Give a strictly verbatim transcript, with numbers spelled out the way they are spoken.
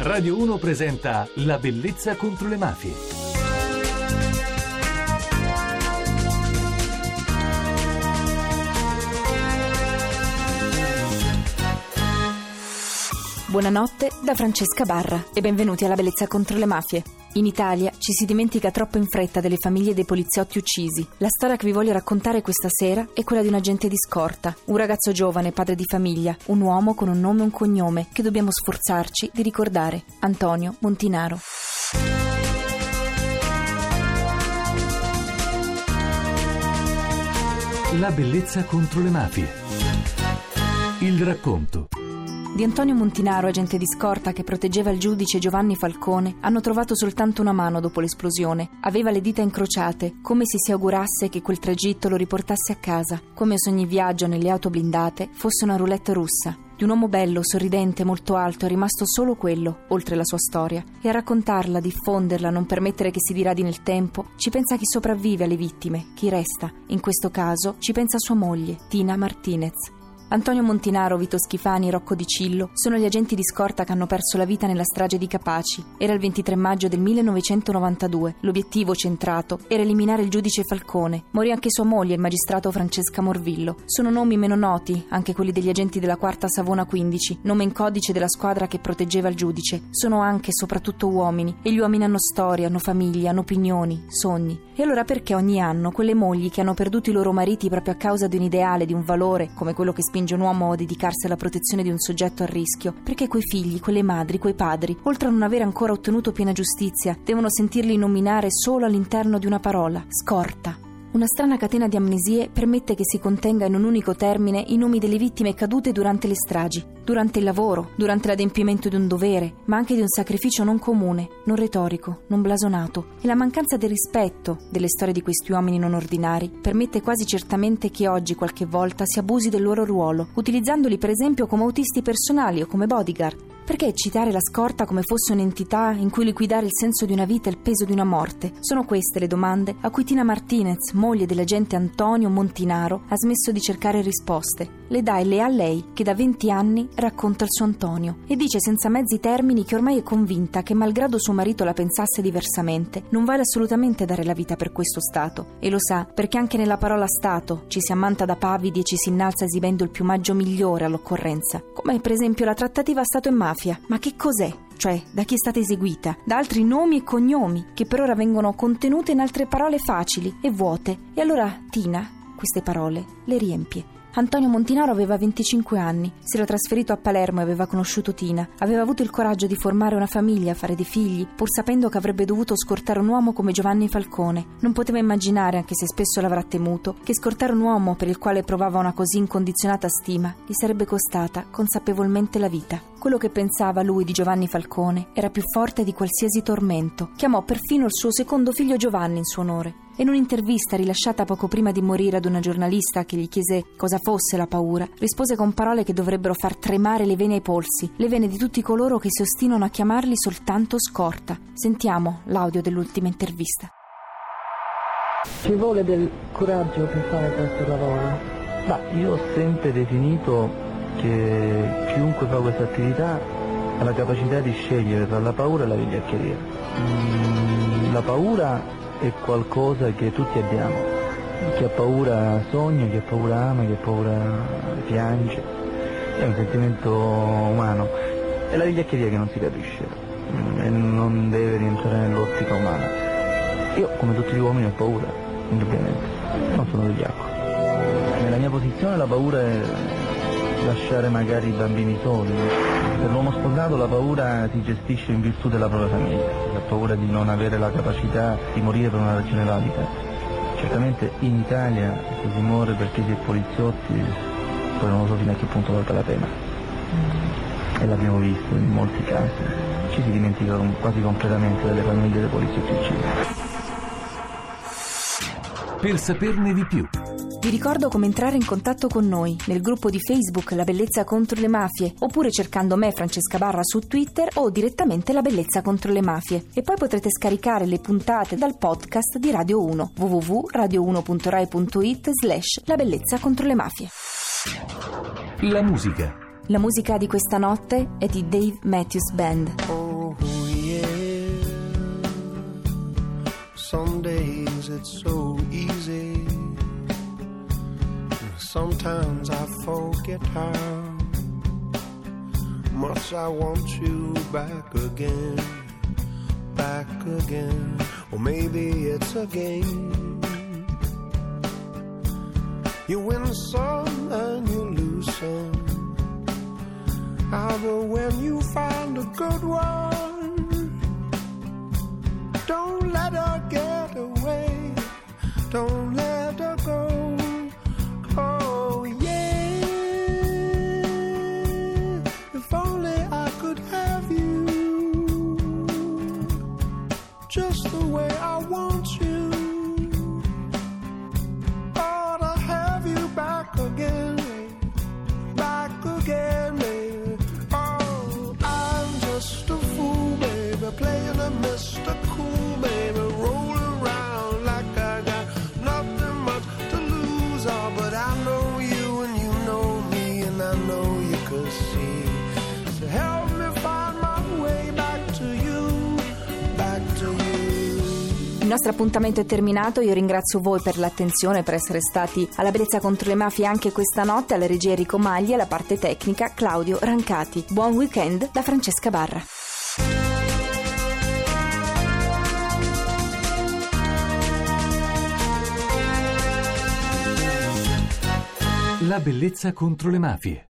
Radio uno presenta La bellezza contro le mafie. Buonanotte da Francesca Barra e benvenuti alla Bellezza contro le mafie. In Italia ci si dimentica troppo in fretta delle famiglie dei poliziotti uccisi. La storia che vi voglio raccontare questa sera è quella di un agente di scorta, un ragazzo giovane, padre di famiglia, un uomo con un nome e un cognome che dobbiamo sforzarci di ricordare: Antonio Montinaro. La bellezza contro le mafie. Il racconto. Di Antonio Montinaro, agente di scorta che proteggeva il giudice Giovanni Falcone, hanno trovato soltanto una mano dopo l'esplosione. Aveva le dita incrociate, come se si augurasse che quel tragitto lo riportasse a casa, come se ogni viaggio nelle auto blindate fosse una roulette russa. Di un uomo bello, sorridente, molto alto è rimasto solo quello, oltre la sua storia. E a raccontarla, diffonderla, non permettere che si diradi nel tempo, ci pensa chi sopravvive alle vittime, chi resta. In questo caso ci pensa sua moglie, Tina Martinez. Antonio Montinaro, Vito Schifani, Rocco Di Cillo sono gli agenti di scorta che hanno perso la vita nella strage di Capaci. Era il ventitré maggio del millenovecentonovantadue. L'obiettivo centrato era eliminare il giudice Falcone. Morì anche sua moglie, il magistrato Francesca Morvillo. Sono nomi meno noti, anche quelli degli agenti della quarta Savona quindici, nome in codice della squadra che proteggeva il giudice. Sono anche e soprattutto uomini, e gli uomini hanno storie, hanno famiglie, hanno opinioni, sogni. E allora perché ogni anno quelle mogli che hanno perduto i loro mariti proprio a causa di un ideale, di un valore, come quello che spinge un uomo a dedicarsi alla protezione di un soggetto a rischio, perché quei figli, quelle madri, quei padri, oltre a non aver ancora ottenuto piena giustizia, devono sentirli nominare solo all'interno di una parola: scorta? Una strana catena di amnesie permette che si contenga in un unico termine i nomi delle vittime cadute durante le stragi, durante il lavoro, durante l'adempimento di un dovere, ma anche di un sacrificio non comune, non retorico, non blasonato. E la mancanza del rispetto delle storie di questi uomini non ordinari permette quasi certamente che oggi qualche volta si abusi del loro ruolo, utilizzandoli per esempio come autisti personali o come bodyguard. Perché citare la scorta come fosse un'entità in cui liquidare il senso di una vita e il peso di una morte? Sono queste le domande a cui Tina Martinez, moglie dell'agente Antonio Montinaro, ha smesso di cercare risposte. Le dà e le ha lei, che da venti anni racconta il suo Antonio, e dice senza mezzi termini che ormai è convinta che, malgrado suo marito la pensasse diversamente, non vale assolutamente dare la vita per questo Stato. E lo sa perché anche nella parola Stato ci si ammanta da pavidi e ci si innalza esibendo il piumaggio migliore all'occorrenza, come per esempio la trattativa Stato e mafia. Ma che cos'è? Cioè, da chi è stata eseguita? Da altri nomi e cognomi, che per ora vengono contenute in altre parole facili e vuote. E allora Tina queste parole le riempie. Antonio Montinaro aveva venticinque anni, si era trasferito a Palermo e aveva conosciuto Tina. Aveva avuto il coraggio di formare una famiglia, fare dei figli, pur sapendo che avrebbe dovuto scortare un uomo come Giovanni Falcone. Non poteva immaginare, anche se spesso l'avrà temuto, che scortare un uomo per il quale provava una così incondizionata stima gli sarebbe costata consapevolmente la vita. Quello che pensava lui di Giovanni Falcone era più forte di qualsiasi tormento. Chiamò perfino il suo secondo figlio Giovanni in suo onore. In un'intervista rilasciata poco prima di morire ad una giornalista che gli chiese cosa fosse la paura, rispose con parole che dovrebbero far tremare le vene ai polsi, le vene di tutti coloro che si ostinano a chiamarli soltanto scorta. Sentiamo l'audio dell'ultima intervista. Ci vuole del coraggio per fare questo lavoro? Ma io ho sempre definito che chiunque fa questa attività ha la capacità di scegliere tra la paura e la vigliaccheria. Mm, la paura è qualcosa che tutti abbiamo. Chi ha paura sogna, chi ha paura ama, chi ha paura piange. È un sentimento umano. È la vigliaccheria che non si capisce e non deve rientrare nell'ottica umana. Io, come tutti gli uomini, ho paura, indubbiamente. Non sono vigliacco. Nella mia posizione la paura è lasciare magari i bambini soli. Per l'uomo sposato la paura si gestisce in virtù della propria famiglia, la paura di non avere la capacità di morire per una ragione valida. Certamente in Italia se si muore perché si è poliziotti, poi non lo so fino a che punto valga la pena. E l'abbiamo visto in molti casi. Ci si dimentica quasi completamente delle famiglie dei poliziotti uccisi. Per saperne di più, vi ricordo come entrare in contatto con noi nel gruppo di Facebook La Bellezza contro le Mafie, oppure cercando me, Francesca Barra, su Twitter, o direttamente La Bellezza contro le Mafie. E poi potrete scaricare le puntate dal podcast di Radio uno, w w w punto radio uno punto rai punto it slash La Bellezza contro le Mafie. La musica, La musica di questa notte è di Dave Matthews Band. Oh yeah, some days it's so easy, sometimes I forget how much I want you back again, back again, or maybe it's a game. You win some and you lose some. Ah, but when you find a good one, don't let her get away, don't let her go. Oh yeah, if only I could have you just the way I want you. Oh, to have you back again, back again, baby. Oh, I'm just a fool, baby, playing a Mister Cool, baby, rolling around like I got nothing much to lose. Oh, but I know you and you know me, and I know you could see. So help me find my way back to you, back to you. Il nostro appuntamento è terminato, io ringrazio voi per l'attenzione, per essere stati alla Bellezza contro le mafie anche questa notte, alla regia Enrico Magli, alla parte tecnica Claudio Rancati. Buon weekend da Francesca Barra. La bellezza contro le mafie.